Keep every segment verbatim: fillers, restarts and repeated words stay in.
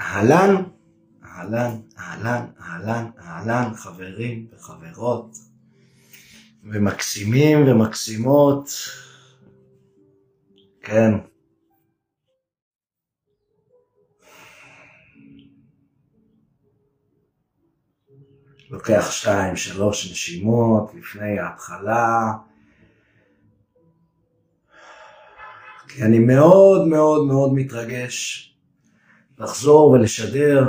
אהלן, אהלן, אהלן, אהלן, אהלן, חברים וחברות, ומקסימים ומקסימות, כן. לוקח שתיים, שלוש נשימות לפני ההתחלה, כי אני מאוד מאוד מאוד מתרגש לחזור ולשדר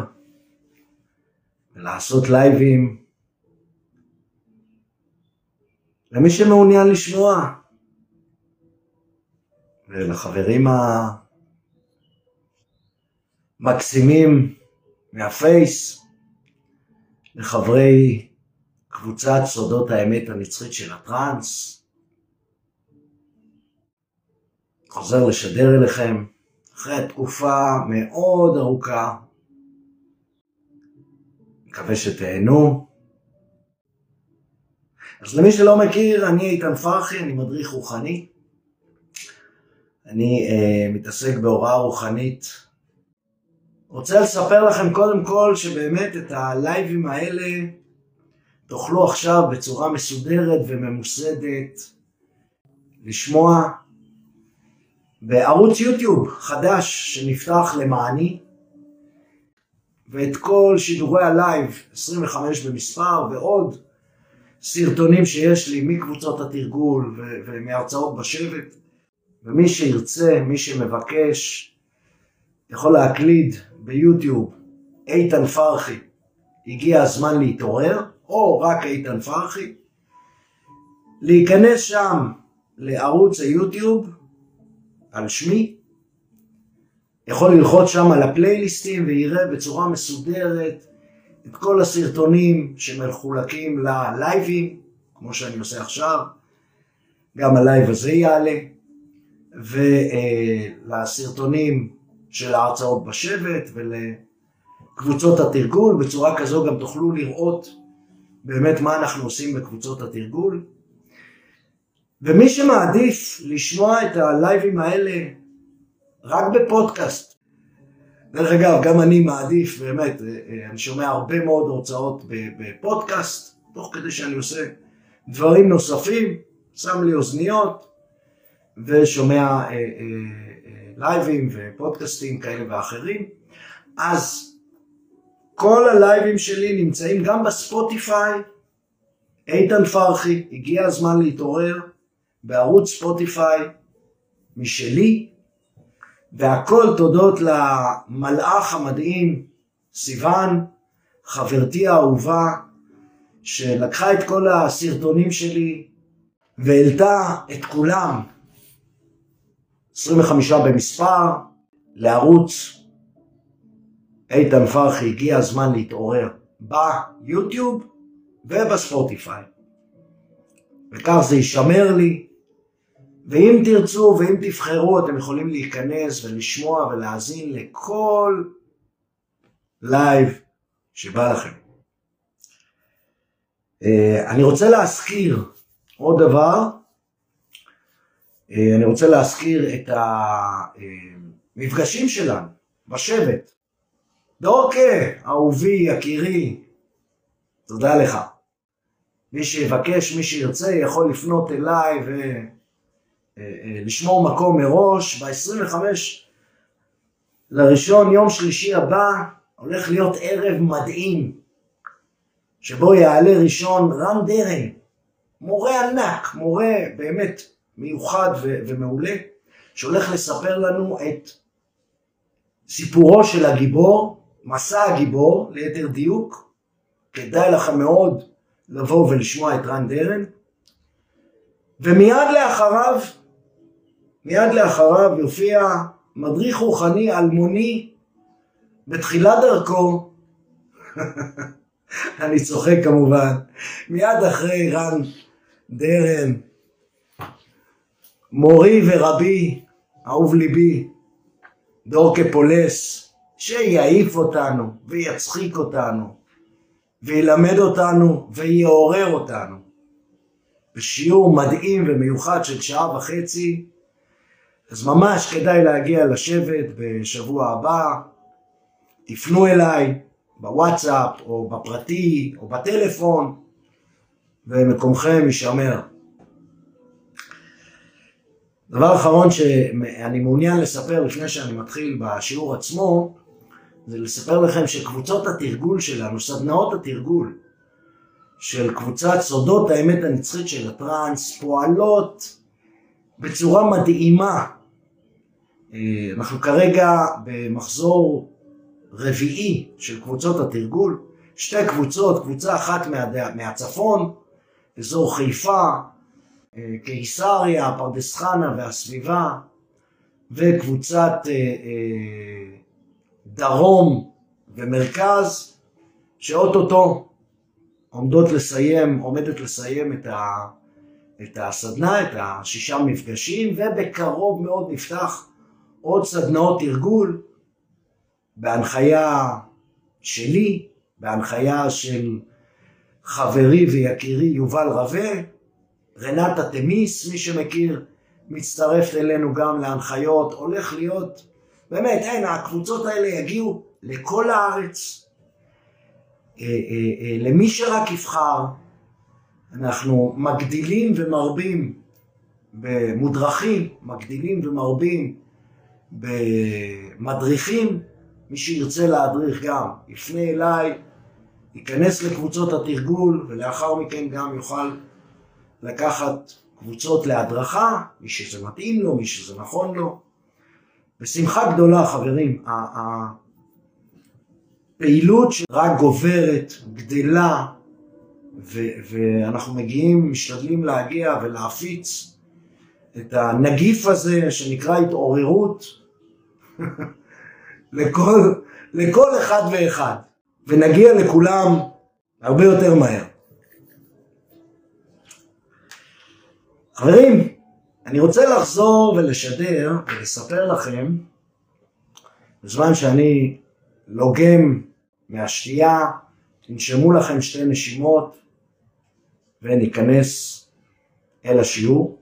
ולעשות לייבים למי שמעוניין לשמוע, ולחברים המקסימים מהפייס, לחברי קבוצת סודות האמת הנצחית של הטרנס. חוזר לשדר אליכם אחרי תקופה מאוד ארוכה. מקווה שתהנו. אז למי שלא מכיר, אני איתן פרחי, אני מדריך רוחני. אני אה, מתעסק בהוראה רוחנית. רוצה לספר לכם קודם כל שבאמת את הלייבים האלה תוכלו עכשיו בצורה מסודרת וממוסדת לשמוע בערוץ יוטיוב חדש שנפתח למעני, ואת כל שידורי הלייב עשרים וחמש במספר ועוד סרטונים שיש לי מקבוצות התרגול ומהרצאות בשבט, ומי שירצה, מי שמבקש, יכול להקליד ביוטיוב איתן פרחי, הגיע הזמן להתעורר, או רק איתן פרחי, להיכנס שם לערוץ היוטיוב על שמי, יכול ללחוץ שם על הפלייליסטים ויראה בצורה מסודרת את כל הסרטונים שמחולקים ללייבים, כמו שאני עושה עכשיו. גם הלייב הזה יעלה, ולסרטונים של ההרצאות בשבט ולקבוצות התרגול. בצורה כזו גם תוכלו לראות באמת מה אנחנו עושים בקבוצות התרגול. ומי שמעדיף לשמוע את הלייבים האלה רק בפודקאסט, דרך אגב גם אני מעדיף, באמת אני שומע הרבה מאוד הרצאות בפודקאסט תוך כדי שאני עושה דברים נוספים, שם לי אוזניות ושומע אה, אה, אה, לייבים ופודקאסטים כאלה ואחרים. אז כל הלייבים שלי נמצאים גם בספוטיפיי, איתן פרחי, הגיע הזמן להתעורר, בערוץ ספוטיפיי משלי, והכל תודות למלאך המדהים סיוון, חברתי האהובה, שלקחה את כל הסרטונים שלי והעלתה את כולם, עשרים וחמש במספר, לערוץ איתן פרחי, הגיע הזמן להתעורר, ביוטיוב ובספוטיפיי. וכך זה יישמר לי, ואם תרצו ואם תבחרו אתם יכולים להיכנס ולשמוע ולהאזין לכל לייב שבא לכם. אני רוצה להזכיר עוד דבר, אני רוצה להזכיר את המפגשים שלנו בשבט. דורקה, אהובי, יקירי, תודה לך. מי שיבקש, מי שירצה, יכול לפנות אליי ולשמור מקום מראש. ב-עשרים וחמישה לראשון, יום שלישי הבא, הולך להיות ערב מדהים, שבו יעלה ראשון רן דרן, מורה ענק, מורה באמת מיוחד ו- ומעולה, שהולך לספר לנו את סיפורו של הגיבור, מסע הגיבור, ליתר דיוק. כדאי לכם מאוד לבוא ולשמוע את רן דרן. ומיד לאחריו, מיד לאחריו יופיע מדריך רוחני אלמוני בתחילת דרכו. אני צוחק כמובן. מיד אחרי רן דרן, מורי ורבי, אהוב ליבי, דורקה פולס, שיעיף אותנו ויצחיק אותנו וילמד אותנו ויעורר אותנו בשיעור מדהים ומיוחד של שעה וחצי. אז ממש כדאי להגיע לשבת בשבוע הבא. תפנו אליי בוואטסאפ או בפרטי או בטלפון, ומקומכם יישמר. דבר אחרון שאני מעוניין לספר לפני שאני מתחיל בשיעור עצמו, זה לספר לכם שקבוצות התרגול שלנו, סדנאות התרגול של קבוצת סודות האמת הנצחית של הטרנס, פועלות בצורה מדהימה. אנחנו כרגע במחזור רביעי של קבוצות התרגול, שתי קבוצות, קבוצה אחת מה, מהצפון, אזור חיפה, קיסריה, פרדס חנה והסביבה, וקבוצת אה, אה, דרום ומרכז, שאוטוטו עומדות לסיים, עומדת לסיים את, ה, את הסדנה, את השישה מפגשים, ובקרוב מאוד נפתח עוד סדנאות תרגול, בהנחיה שלי, בהנחיה של חברי ויקירי יובל רווה, רנטה תמיס, מי שמכיר, מצטרפת אלינו גם להנחיות, הולך להיות, באמת, אין, הקבוצות האלה יגיעו לכל הארץ, למי שרק יבחר. אנחנו מגדילים ומרבים במודרכים, מגדילים ומרבים במדריכים, מי שירצה להדריך גם יפנה אליי, ייכנס לקבוצות התרגול, ולאחר מכן גם יוכל לקחת קבוצות להדרכה, מי שזה מתאים לו, מי שזה נכון לו. בשמחה גדולה חברים, הפעילות שרק גוברת, גדלה, ואנחנו מגיעים, משתדלים להגיע ולהפיץ את הנגיף הזה שנקרא התעוררות לכל, לכל אחד ואחד, ונגיע לכולם הרבה יותר מהר. חברים, אני רוצה לחזור ולשדר ולספר לכם, בזמן שאני לוגם מהשתייה, תנשמו לכם שתי נשימות וניכנס אל השיעור.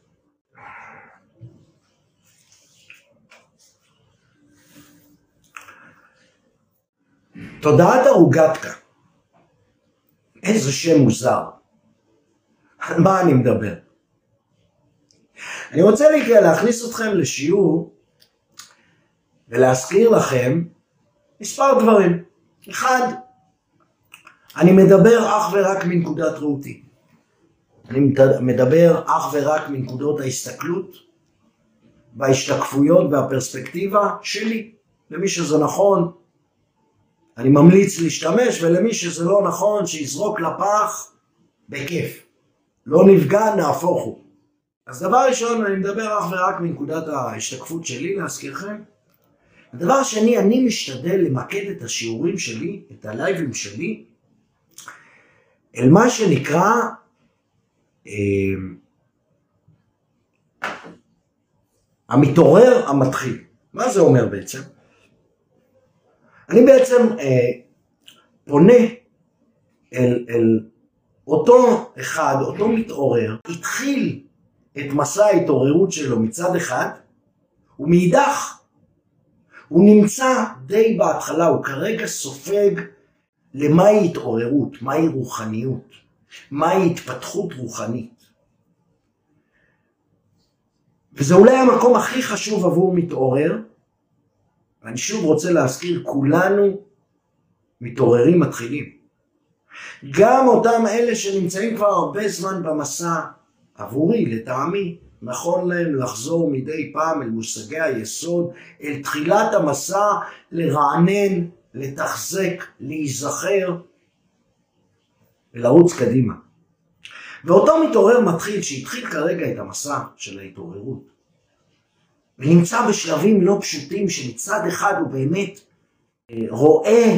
תודעת הרוגטקה, איזה שם מוזר. על מה אני מדבר? אני רוצה להכניס אתכם לשיעור ולהזכיר לכם מספר דברים. אחד, אני מדבר אך ורק מנקודת ראותי. אני מדבר אך ורק מנקודות ההסתכלות, בהשתקפויות והפרספקטיבה שלי. למי שזה נכון, אני ממליץ להשתמש, ולמי שזה לא נכון, שיזרוק לפח בכיף. לא נפגע, נהפוך הוא. אז דבר ראשון, אני מדבר אך ורק מנקודת ההשתקפות שלי, להזכירכם. הדבר שני, אני משתדל למקד את השיעורים שלי, את הלייבים שלי, אל מה שנקרא אה, המתעורר המתחיל. מה זה אומר בעצם? אני בעצם אה, פונה אל, אל אותו אחד, אותו מתעורר, התחיל את מסע ההתעוררות שלו מצד אחד, ומאידך הוא נמצא די בהתחלה, הוא כרגע סופג למהי התעוררות, מהי רוחניות, מהי התפתחות רוחנית. וזה אולי המקום הכי חשוב עבור מתעורר, ואני שוב רוצה להזכיר, כולנו מתעוררים מתחילים. גם אותם אלה שנמצאים כבר הרבה זמן במסע, עבורי, לטעמי, נכון להם לחזור מדי פעם אל מושגי היסוד, אל תחילת המסע, לרענן, לתחזק, להיזכר, ולרוץ קדימה. ואותו מתעורר מתחיל, שהתחיל כרגע את המסע של ההתעוררות, ונמצא בשלבים לא פשוטים, שמצד אחד הוא באמת רואה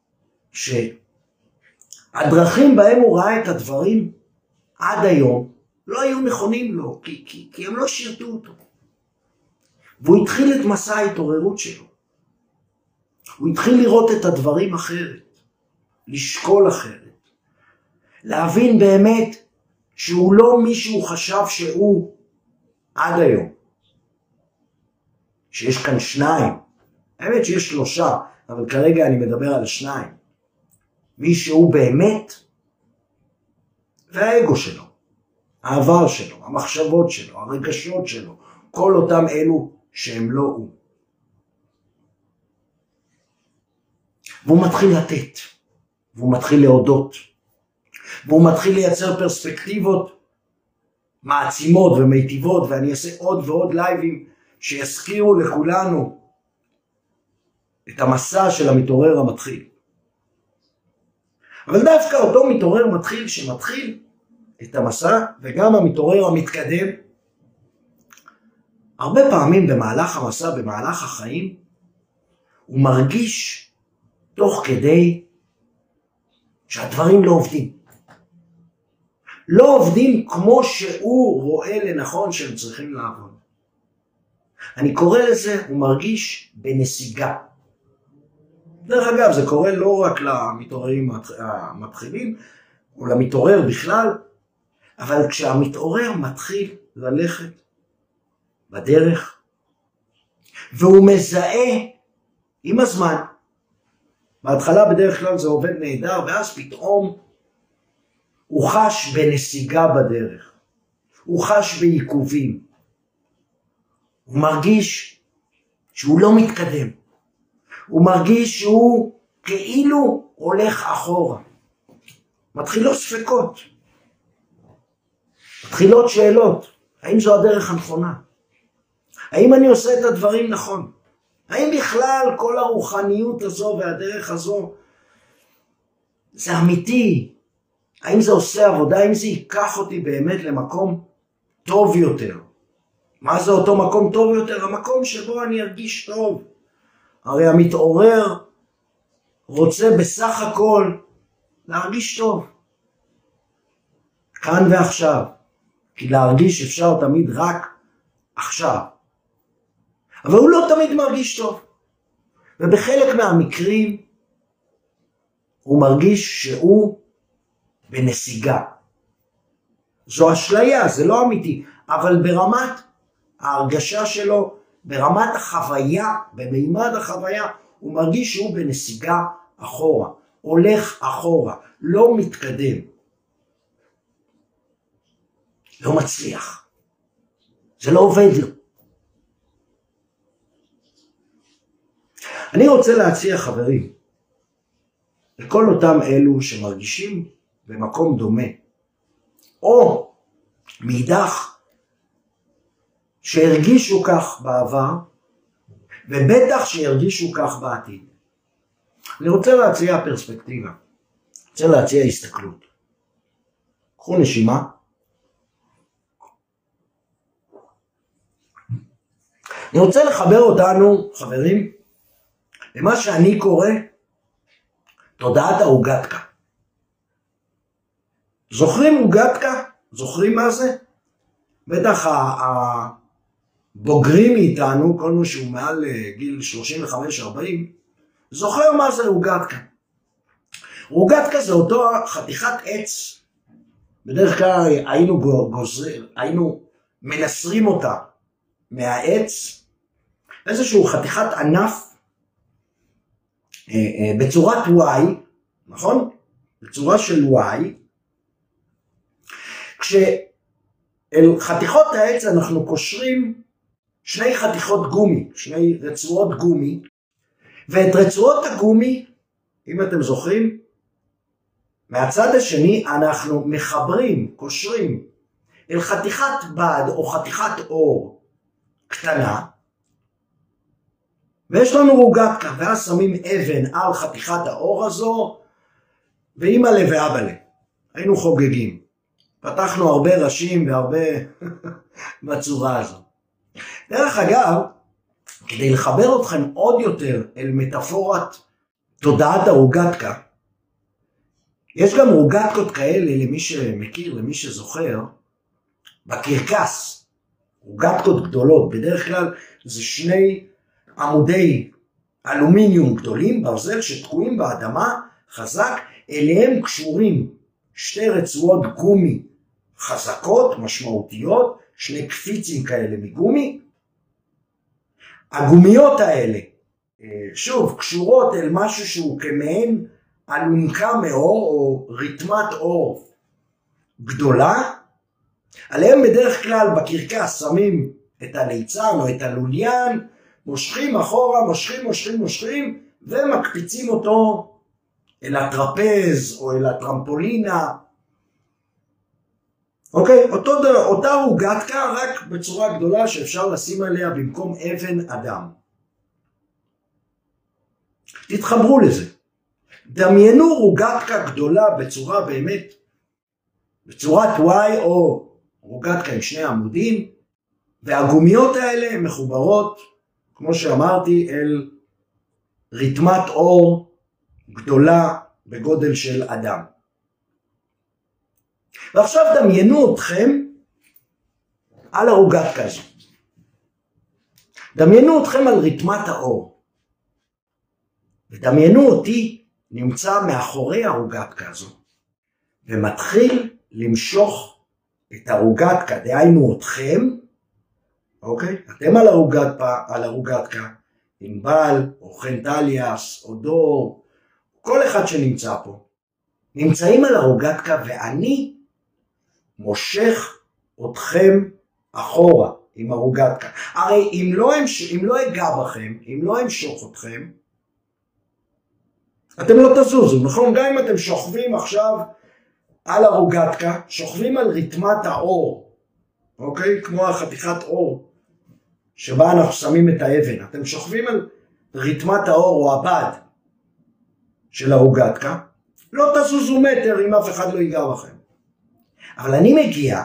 שהדרכים בהם הוא ראה את הדברים עד היום, לא היו נכונים לו, כי, כי, כי הם לא שירתו אותו. והוא התחיל את מסע ההתעוררות שלו. הוא התחיל לראות את הדברים אחרת, לשקול אחרת, להבין באמת שהוא לא מי שהוא חשב שהוא עד היום. שיש כאן שניים, האמת שיש שלושה, אבל כרגע אני מדבר על שניים. מי שהוא באמת, והאגו שלו, העבר שלו, המחשבות שלו, הרגשות שלו, כל אותם אלו שהם לא הוא. והוא מתחיל לתת, והוא מתחיל להודות, והוא מתחיל לייצר פרספקטיבות מעצימות ומיטיבות, ואני אעשה עוד ועוד לייבים שיזכירו לכולנו את המסע של המתעורר המתחיל. אבל דווקא אותו מתעורר מתחיל שמתחיל את המסע, וגם המתעורר המתקדם, הרבה פעמים במהלך המסע, במהלך החיים, הוא מרגיש תוך כדי שהדברים לא עובדים. לא עובדים כמו שהוא רואה לנכון שהם צריכים לעבוד. אני קורא לזה, הוא מרגיש בנסיגה. דרך אגב, זה קורה לא רק למתעוררים המתחילים, או למתעורר בכלל, אבל כשהמתעורר מתחיל ללכת בדרך, והוא מזהה עם הזמן, בהתחלה בדרך כלל זה עובד נהדר, ואז פתאום הוא חש בנסיגה בדרך, הוא חש בעיכובים, הוא מרגיש שהוא לא מתקדם, הוא מרגיש שהוא כאילו הולך אחורה. מתחילות ספקות, מתחילות שאלות, האם זו הדרך הנכונה? האם אני עושה את הדברים נכון? האם בכלל כל הרוחניות הזו והדרך הזו זה אמיתי? האם זה עושה עבודה? האם זה ייקח אותי באמת למקום טוב יותר? מה זה אותו מקום טוב יותר? המקום שבו אני ארגיש טוב. הרי המתעורר רוצה בסך הכל להרגיש טוב. כאן ועכשיו. כי להרגיש אפשר תמיד רק עכשיו. אבל הוא לא תמיד מרגיש טוב. ובחלק מהמקרים הוא מרגיש שהוא בנסיגה. זו אשליה, זה לא אמיתי. אבל ברמת ההרגשה שלו, ברמת החוויה, במימד החוויה, הוא מרגיש שהוא בנסיגה אחורה. הולך אחורה, לא מתקדם. לא מצליח. זה לא עובד לו. אני רוצה להציע חברים, לכל אותם אלו שמרגישים במקום דומה, או מאידך שהרגישו כך בעבר, ובטח שהרגישו כך בעתיד. אני רוצה להציע פרספקטיבה, אני רוצה להציע הסתכלות. קחו נשימה. אני רוצה לחבר אותנו, חברים, למה שאני קורא תודעת האוגטקה. זוכרים אוגטקה? זוכרים מה זה? בטח הבוגרים מאיתנו, כל מי שהוא מעל גיל שלושים וחמש ארבעים, זוכר מה זה אוגטקה. אוגטקה זה אותו חתיכת עץ, בדרך כלל היינו גוזרים, היינו מנסרים אותה מהעץ, איזשהו חתיכת ענף, בצורת Y, נכון? בצורה של Y, כשאל חתיכות העץ אנחנו קושרים שני חתיכות גומי, שני רצועות גומי, ואת רצועות הגומי, אם אתם זוכרים, מהצד השני אנחנו מחברים, קושרים, אל חתיכת בד או חתיכת אור קטנה, ויש לנו אוגטקה, ואז שמים אבן על חתיכת האור הזו, ואמא לה ואבא לה. היינו חוגגים. פתחנו הרבה ראשים והרבה בצורה הזו. דרך אגב, כדי לחבר אתכם עוד יותר אל מטאפורת תודעת האוגטקה, יש גם אוגטקות כאלה למי שמכיר, למי שזוכר, בקרקס. אוגטקות גדולות, בדרך כלל זה שני עמודי אלומיניום גדולים, ברזל שתקועים באדמה חזק, אליהם קשורים שתי רצועות גומי חזקות, משמעותיות, שני קפיצים כאלה מגומי. הגומיות האלה שוב, קשורות אל משהו שהוא כמעין אלונקה מאור או ריתמת אור גדולה, עליהם בדרך כלל בקרקס שמים את הליצן או את הלוליין, מושכים אחורה, מושכים, מושכים, מושכים, ומקפיצים אותו אל הטרפז או אל הטרמפולינה. אוקיי, אותו, אותה רוגטקה, רק בצורה גדולה שאפשר לשים עליה במקום אבן אדם. תתחברו לזה. דמיינו רוגטקה גדולה בצורה באמת, בצורת Y או רוגטקה עם שני עמודים, והגומיות האלה מחוברות, כמו שאמרתי, אל ריתמת אור גדולה בגודל של אדם. ועכשיו דמיינו אתכם על הרוגטקה הזו. דמיינו אתכם על ריתמת האור. ודמיינו אותי נמצא מאחורי הרוגטקה הזו. ומתחיל למשוך את הרוגטקה, דהיינו אתכם, אוקיי? אתם על הרוגטקה, על הרוגטקה, ענבל, או חן טליאס, או דור, כל אחד שנמצא פה, נמצאים על הרוגטקה ואני מושך אתכם אחורה עם הרוגטקה. הרי אם לא, אם לא אגע בכם, אם לא אמשוך אתכם, אתם לא תזוזו, נכון? גם אם אתם שוכבים עכשיו על הרוגטקה, שוכבים על ריתמת האור, אוקיי? כמו החתיכת אור שבה אנחנו שמים את האבן. אתם שוכבים על ריתמת האור או הבד של הרוגטקה, לא תזוזו מטר אם אף אחד לא ייגע בכם. אבל אני מגיע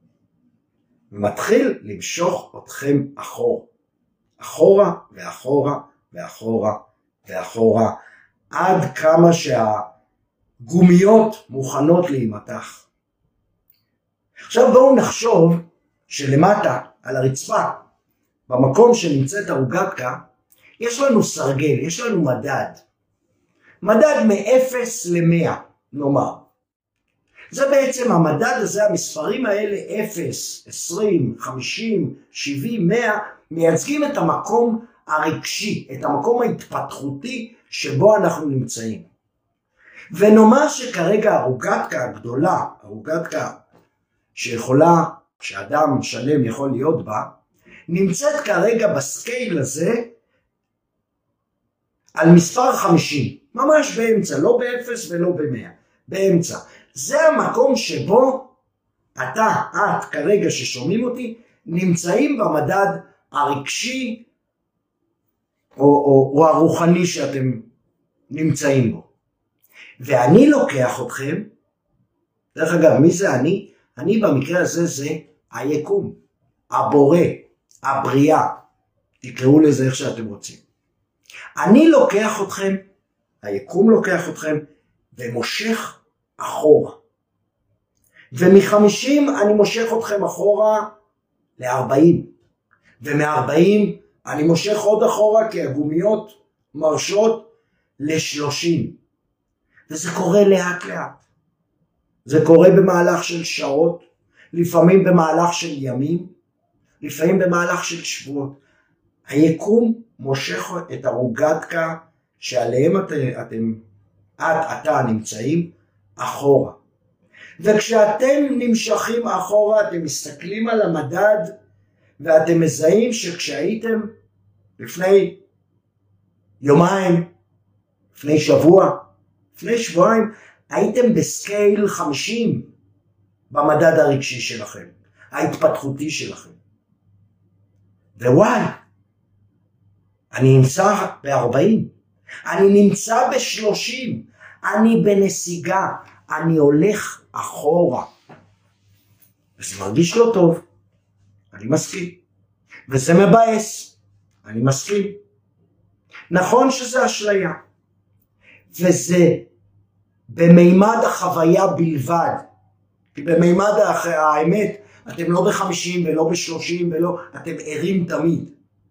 ומתחיל למשוך אתכם אחורה. אחורה ואחורה ואחורה ואחורה, עד כמה שהגומיות מוכנות להימתח. עכשיו בואו נחשוב שלמטה על הרצפה, במקום שנמצאת הרוגטקה, יש לנו סרגל, יש לנו מדד. מדד מ-אפס ל-מאה, נאמר. זה בעצם המדד הזה, המספרים האלה, אפס, עשרים, חמישים, שבעים, מאה, מייצגים את המקום הרגשי, את המקום ההתפתחותי שבו אנחנו נמצאים. ונאמר שכרגע הרוגטקה הגדולה, הרוגטקה שיכולה, שאדם שלם יכול להיות בה, נמצאת כרגע בסקייל הזה על מספר חמישים, ממש באמצע, לא ב-אפס ולא ב-מאה, באמצע. זה המקום שבו אתה, את, כרגע ששומעים אותי, נמצאים במדד הרגשי או, או, או הרוחני שאתם נמצאים בו. ואני לוקח אתכם, דרך אגב, מי זה אני? אני במקרה הזה זה היקום, הבורא, הבריאה, תקראו לזה איך שאתם רוצים. אני לוקח אתכם, היקום לוקח אתכם, ומושך אחורה. ומ-חמישים אני מושך אתכם אחורה ל-ארבעים. ומ-ארבעים אני מושך עוד אחורה כי הגומיות מרשות ל-שלושים. וזה קורה לאט לאט. זה קורה במהלך של שעות, לפעמים במהלך של ימים, לפעמים במהלך של שבועות. היקום מושך את הרוגטקה שעליהם את, אתם, את, אתה נמצאים, אחורה. וכשאתם נמשכים אחורה, אתם מסתכלים על המדד, ואתם מזהים שכשהייתם לפני יומיים, לפני שבוע, לפני שבועיים, הייתם בסקייל חמישים במדד הרגשי שלכם, ההתפתחותי שלכם. ווואי, אני נמצא ב-ארבעים, אני נמצא ב-שלושים, אני בנסיגה, אני הולך אחורה. וזה מרגיש לא טוב, אני מסכים. וזה מבאס, אני מסכים. נכון שזה אשליה, וזה במימד החוויה בלבד, כי במימד האמת אתם לא ב-חמישים ולא ב-שלושים ולא, אתם ערים תמיד.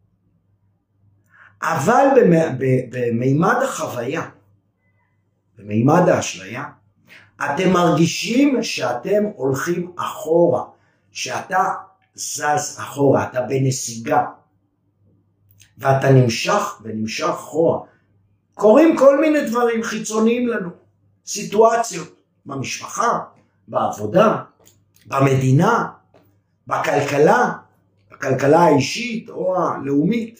אבל במימד החוויה, במימד האשליה, אתם מרגישים שאתם הולכים אחורה, שאתה זז אחורה, אתה בנסיגה. ואתה נמשך ונמשך אחורה. קורים כל מיני דברים חיצוניים לנו, סיטואציות, במשפחה, בעבודה, במדינה, בכלכלה, בכלכלה האישית או הלאומית.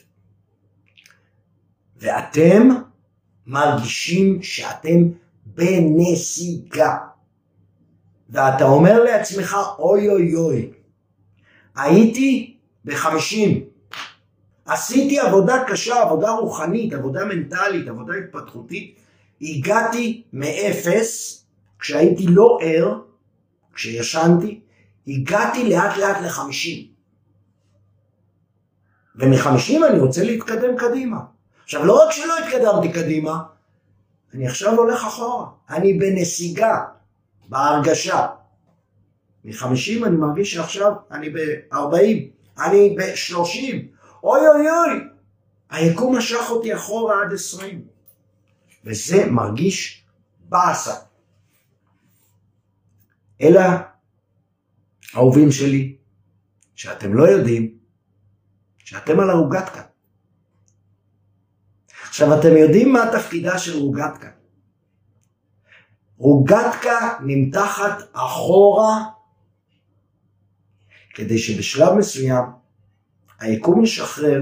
ואתם מרגישים שאתם בנסיגה. ואתה אומר לעצמך, אוי אוי אוי, הייתי בחמישים, עשיתי עבודה קשה, עבודה רוחנית, עבודה מנטלית, עבודה התפתחותית, הגעתי מאפס, כשהייתי לא ער, כשישנתי, הגעתי לאט לאט לחמישים. ומחמישים אני רוצה להתקדם קדימה. עכשיו, לא רק שלא התקדמתי קדימה, אני עכשיו הולך אחורה. אני בנסיגה, בהרגשה. מחמישים אני מרגיש שעכשיו אני ב-ארבעים, אני ב-שלושים. אוי אוי אוי, היקום משך אותי אחורה עד עשרים. וזה מרגיש באסה. אלא, אהובים שלי, שאתם לא יודעים, שאתם על הרוגטקה. עכשיו, אתם יודעים מה תפקידה של רוגטקה? רוגטקה נמתחת אחורה, כדי שבשלב מסוים, היקום ישחרר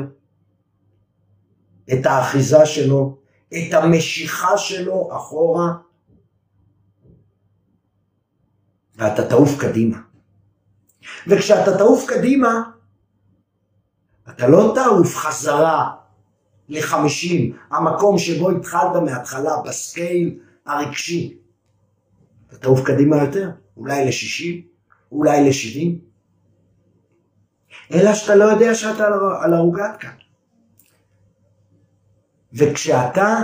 את האחיזה שלו, את המשיכה שלו אחורה, ואתה תעוף קדימה. וכשאתה תעוף קדימה, אתה לא תעוף חזרה ל-חמישים, המקום שבו התחלת מההתחלה, בסקייל הרגשי. אתה תעוף קדימה יותר, אולי ל-שישים, אולי ל-שבעים. אלא שאתה לא יודע שאתה על הרוגטקה. וכשאתה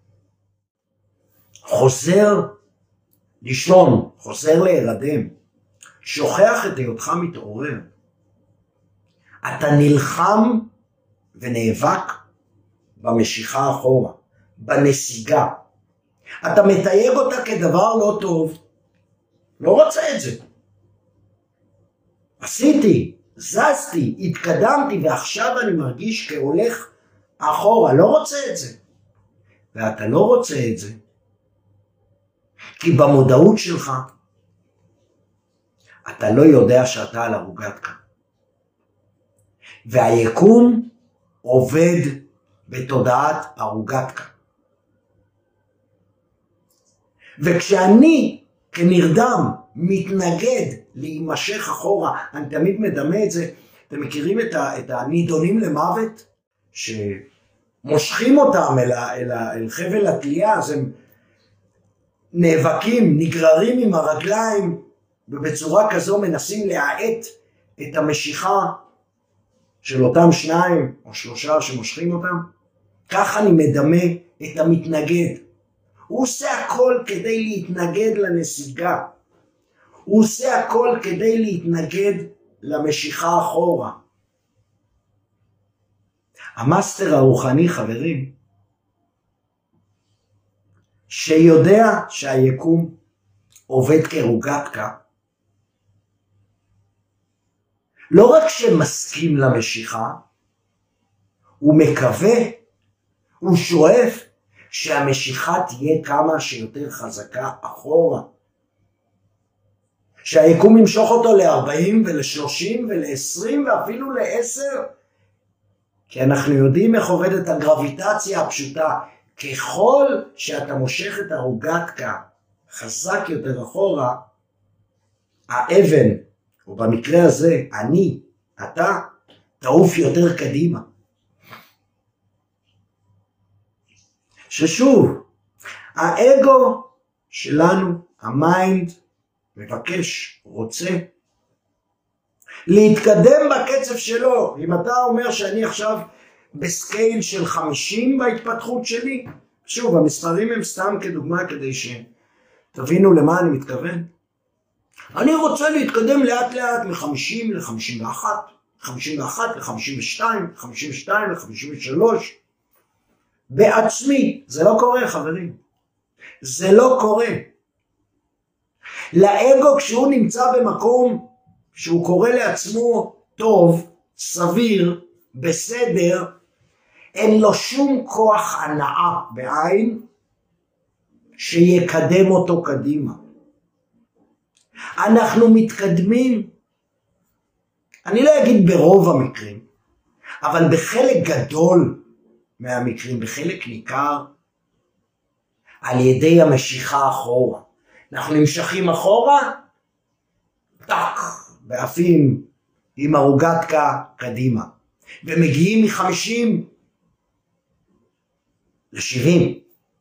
חוזר לישון, חוזר להירדם, שוכח את היותך מתעורר, אתה נלחם ונאבק במשיכה אחורה, בנסיגה. אתה מתייג אותה כדבר לא טוב, לא רוצה את זה. עשיתי, זזתי, התקדמתי, ועכשיו אני מרגיש כהולך אחורה, לא רוצה את זה. ואתה לא רוצה את זה, כי במודעות שלך, אתה לא יודע שאתה על הרוגטקה. והיקום עובד בתודעת הרוגטקה. וכשאני כנרדם מתנגד להימשך אחורה, אני תמיד מדמה את זה, אתם מכירים את, ה, את הנידונים למוות, שמושכים אותם אל, אל, אל חבל התלייה, אז הם נאבקים, נגררים עם הרגליים, ובצורה כזו מנסים להאט את המשיכה של אותם שניים או שלושה שמושכים אותם. ככה אני מדמה את המתנגד. הוא עושה הכל כדי להתנגד לנסיגה. הוא עושה הכל כדי להתנגד למשיכה אחורה. המאסטר הרוחני, חברים, שיודע שהיקום עובד כרוגטקה, לא רק שמסכים למשיכה, הוא מקווה, הוא שואף שהמשיכה תהיה כמה שיותר חזקה אחורה. שהיקום ימשוך אותו ל-ארבעים ול-שלושים ול-עשרים ואפילו ל-עשר. כי אנחנו יודעים איך עובדת הגרביטציה הפשוטה. ככל שאתה מושך את הרוגטקה חזק יותר אחורה, האבן, או במקרה הזה, אני, אתה, תעוף יותר קדימה. ששוב, האגו שלנו, המיינד, מבקש, רוצה, להתקדם בקצב שלו. אם אתה אומר שאני עכשיו בסקייל של חמישים בהתפתחות שלי, שוב, המספרים הם סתם כדוגמה כדי שתבינו למה אני מתכוון. אני רוצה להתקדם לאט לאט מ-חמישים ל-חמישים ואחת, חמישים ואחת ל-חמישים ושתיים, חמישים ושתיים ל-חמישים ושלוש. בעצמי. זה לא קורה, חברים. זה לא קורה. לאגו, כשהוא נמצא במקום שהוא קורא לעצמו טוב, סביר, בסדר, אין לו שום כוח הנאה בעין שיקדם אותו קדימה. אנחנו מתקדמים, אני לא אגיד ברוב המקרים, אבל בחלק גדול מהמקרים, בחלק ניכר, על ידי המשיכה אחורה. אנחנו נמשכים אחורה, טק, ועפים עם הרוגטקה קדימה. ומגיעים מ-חמישים ל-שבעים.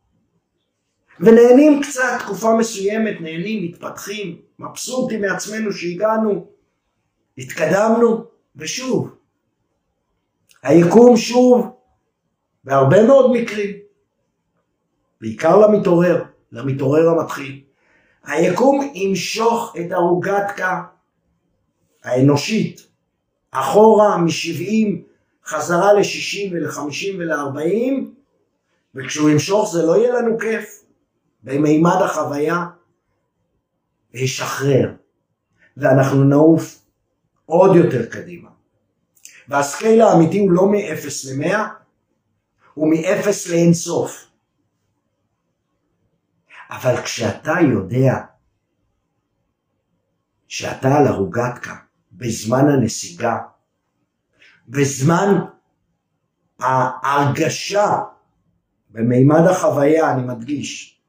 ונהנים קצת, תקופה מסוימת, נהנים, מתפתחים, מבסוטים מעצמנו שהגענו, התקדמנו, ושוב. היקום שוב, בהרבה מאוד מקרים, בעיקר למתעורר, למתעורר המתחיל, היקום ימשוך את הרוגטקה האנושית, אחורה מ-שבעים, חזרה ל-שישים ול-חמישים ול-ארבעים, וכשהוא ימשוך זה לא יהיה לנו כיף, במימד החוויה, וישחרר, ואנחנו נעוף עוד יותר קדימה. והסקייל האמיתי הוא לא מ-אפס ל-מאה, הוא מ-אפס לאינסוף. אבל כשאתה יודע שאתה על הרוגטקה בזמן הנסיגה, בזמן ההרגשה, במימד החוויה, אני מדגיש,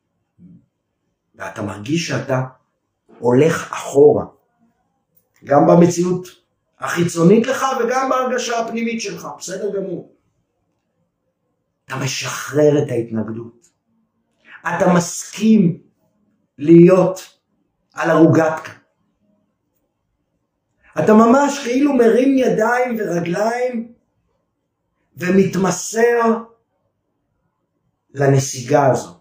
ואתה מרגיש שאתה הולך אחורה, גם במציאות החיצונית לך וגם בהרגשה הפנימית שלך, בסדר גמור. אתה משחרר את ההתנגדות. אתה מסכים להיות על הרוגטקה. אתה ממש כאילו מרים ידיים ורגליים ומתמסר לנסיגה הזו.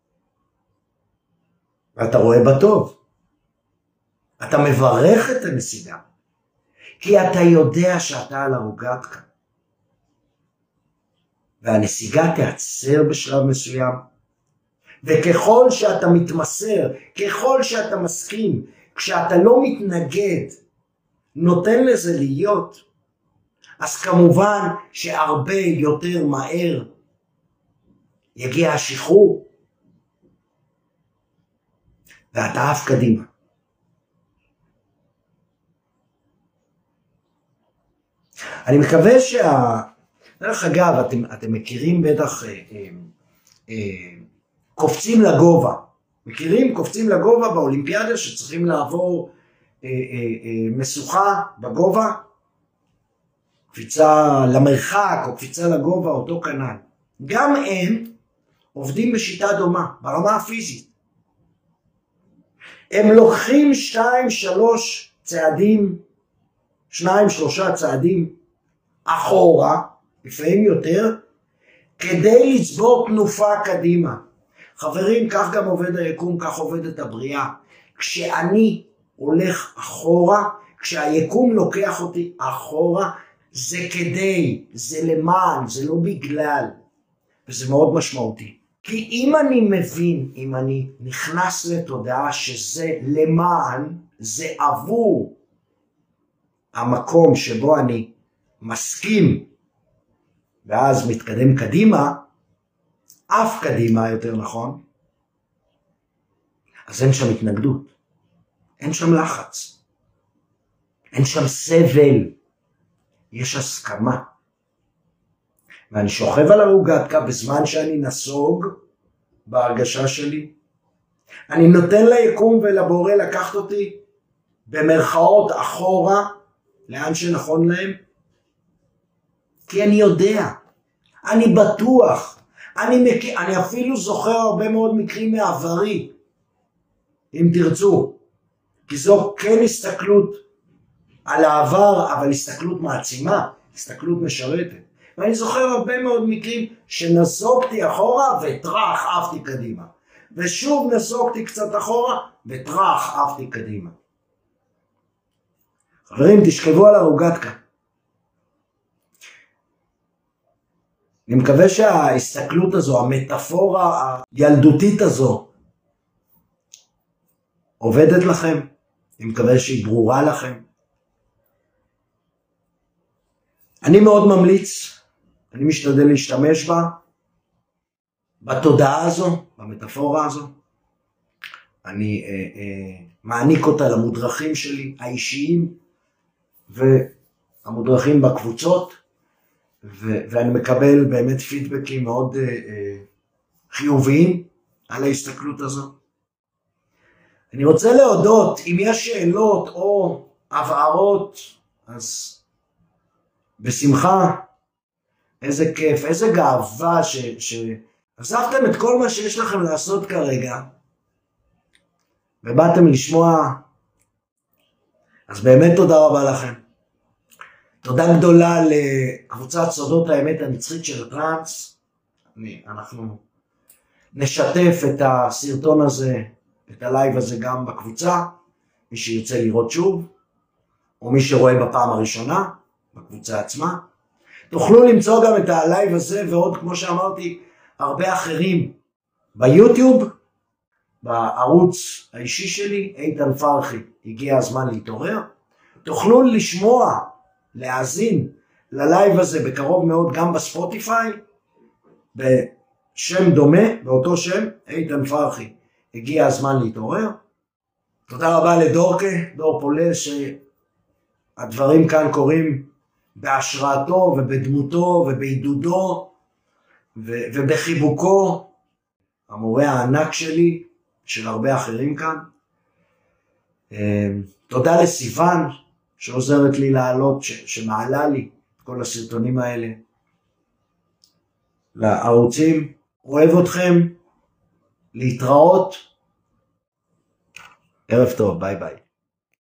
ואתה רואה בטוב. אתה מברך את הנסיגה. כי אתה יודע שאתה על הרוגטקה. והנסיגה תעצר בשלב מסוים. וככל שאתה מתמסר, ככל שאתה מסכים, כשאתה לא מתנגד, נותן לזה להיות, אז כמובן שהרבה יותר מהר יגיע השחרור, ואתה עף קדימה. אני מקווה שה... דרך אגב, אתם, אתם מכירים בטח... אה, אה, אה, קופצים לגובה, מכירים? קופצים לגובה באולימפיאדה שצריכים לעבור אה, אה, אה, משוכה בגובה, קפיצה למרחק או קפיצה לגובה, אותו כנ"ל. גם הם עובדים בשיטה דומה, ברמה הפיזית. הם לוקחים שתיים, שלוש צעדים, שניים, שלושה צעדים אחורה, לפעמים יותר, כדי לצבור תנופה קדימה. חברים, כך גם עובד היקום, כך עובדת הבריאה. כשאני הולך אחורה, כשהיקום לוקח אותי אחורה, זה כדי, זה למען, זה לא בגלל. וזה מאוד משמעותי. כי אם אני מבין, אם אני נכנס לתודעה שזה למען, זה עבור המקום שבו אני מסכים, ואז מתקדם קדימה, אף קדימה יותר נכון, אז אין שם התנגדות, אין שם לחץ, אין שם סבל, יש הסכמה. ואני שוכב על הרוגטקה בזמן שאני נסוג בהרגשה שלי, אני נותן ליקום ולבורא לקחת אותי במרכאות אחורה, לאן שנכון להם, כי אני יודע, אני בטוח, אני, מק... אני אפילו זוכר הרבה מאוד מקרים מעברי, אם תרצו, כי זו כן הסתכלות על העבר, אבל הסתכלות מעצימה, הסתכלות משרתת. ואני זוכר הרבה מאוד מקרים שנסוגתי אחורה וטרח עפתי קדימה. ושוב נסוגתי קצת אחורה וטרח עפתי קדימה. חברים, תשכבו על הרוגטקה. אני מקווה שההסתכלות הזו, המטאפורה הילדותית הזו, עובדת לכם. אני מקווה שהיא ברורה לכם. אני מאוד ממליץ אני משתדל להשתמש בה, בתודעה הזו, במטאפורה הזו. אני אה, אה, מעניק אותה למודרכים שלי, האישיים, והמודרכים בקבוצות, ו- ואני מקבל באמת פידבקים מאוד אה, אה, חיוביים על ההסתכלות הזו. אני רוצה להודות, אם יש שאלות או הבהרות, אז בשמחה, איזה כיף, איזה גאווה ש... ש... עזבתם את כל מה שיש לכם לעשות כרגע, ובאתם לשמוע, אז באמת תודה רבה לכם. תודה גדולה לקבוצת סודות האמת הנצחית של טרנס. אנחנו נשתף את הסרטון הזה, את הלייב הזה גם בקבוצה, מי שירצה לראות שוב, או מי שרואה בפעם הראשונה, בקבוצה עצמה. תוכלו למצוא גם את הלייב הזה ועוד, כמו שאמרתי, הרבה אחרים ביוטיוב, בערוץ האישי שלי, איתן פרחי, הגיע הזמן להתעורר. תוכלו לשמוע, להאזין ללייב הזה בקרוב מאוד גם בספוטיפיי, בשם דומה, באותו שם, איתן פרחי, הגיע הזמן להתעורר. תודה רבה לדורקה, דור פולה, שהדברים כאן קורים בהשראתו ובדמותו ובעידודו ו- ובחיבוקו, המורה הענק שלי, של הרבה אחרים כאן. תודה לסיוון שעוזרת לי לעלות, ש- שמעלה לי את כל הסרטונים האלה לערוצים. אוהב אתכם, להתראות, ערב טוב, ביי ביי.